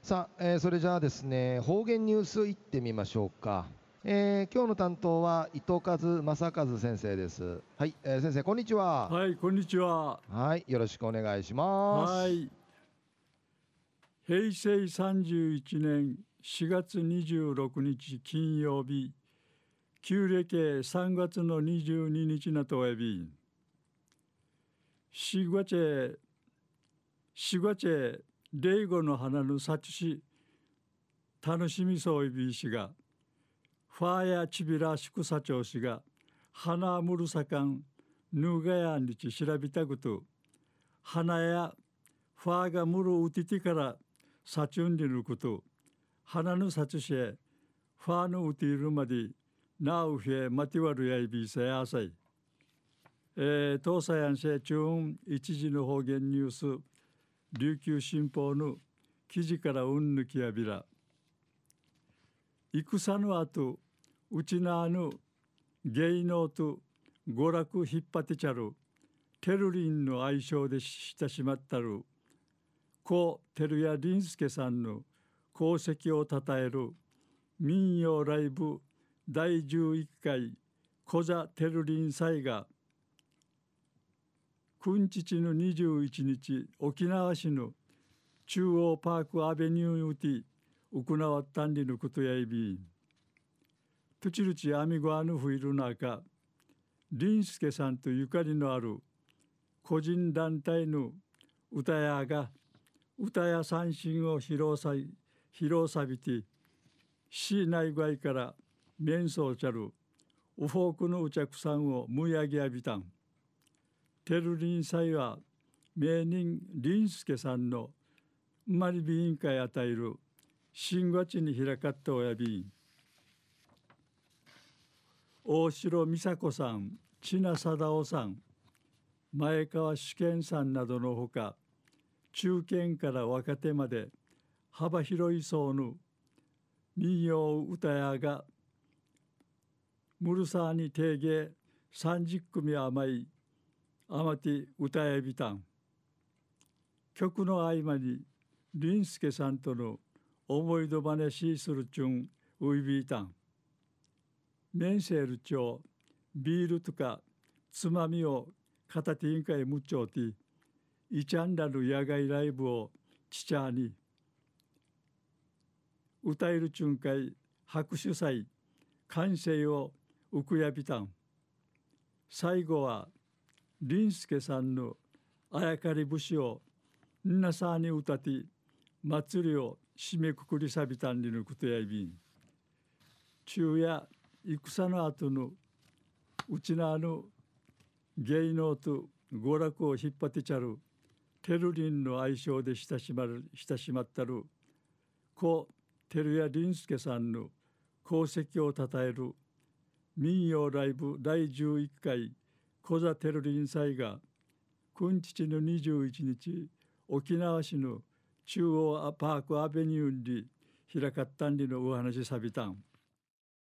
さあ、それじゃあですね、方言ニュースいってみましょうか。今日の担当は伊藤正和先生です。はい、先生こんにちは。 はい、こんにちは。 はい、よろしくお願いします。 はい。平成31年4月26日金曜日、旧暦3月の22日なとえび、4月、4月、令和の花の幸し、楽しみそういびいしが、ファーやちびらしくさちょうしが、花むるさかん、ぬがやんにち調べたこと、花やファーがむるうててからさちゅんでること、花のさつしえ、ファーのうているまで、なうひえ、まてわるやいびさやさい。東西安市中一時の方言ニュース、琉球新報の記事からうんぬきやびら。戦の後、うちなあぬ芸能と娯楽引っ張ってちゃる、テルリンの愛称で親しまったる、故照屋林介さんの功績をたたえる民謡ライブ第11回コザテルリン祭が君父の21日沖縄市の中央パークアベニューウティ行わったんりのことやいびトチルチアミゴアヌフイルナカ林介さんとゆかりのある個人団体の歌屋が歌や三振を披露さびて市内外から面相ちゃるウフォークのお客さんをむやぎやびたんテルリン祭は名人林介さんの生まれび委員会与える新月に開かったおやびん大城美佐子さん千奈貞夫さん前川主健さんなどのほか中堅から若手まで幅広い層の民謡歌屋がムルサーに定芸30組余り余って歌えびたん曲の合間に林介さんとの思い出話するちゅんウイビータンメンセール町ビールとかつまみを片手にかいむっちょうてイチャンラの野外ライブをちちゃに歌えるちゅんかい拍手祭完成をうくやびたん最後は林介さんのあやかり節をんなさに歌って祭りを締めくくりさびたんりのことやいびん昼夜戦の後のうちなあの芸能と娯楽を引っ張ってちゃるテルリンの愛称で親しまったる故照屋林介さんの功績をたたえる民謡ライブ第11回コザテルリン祭が君父の21日沖縄市の中央パークアベニューに開かったんりのお話さびたん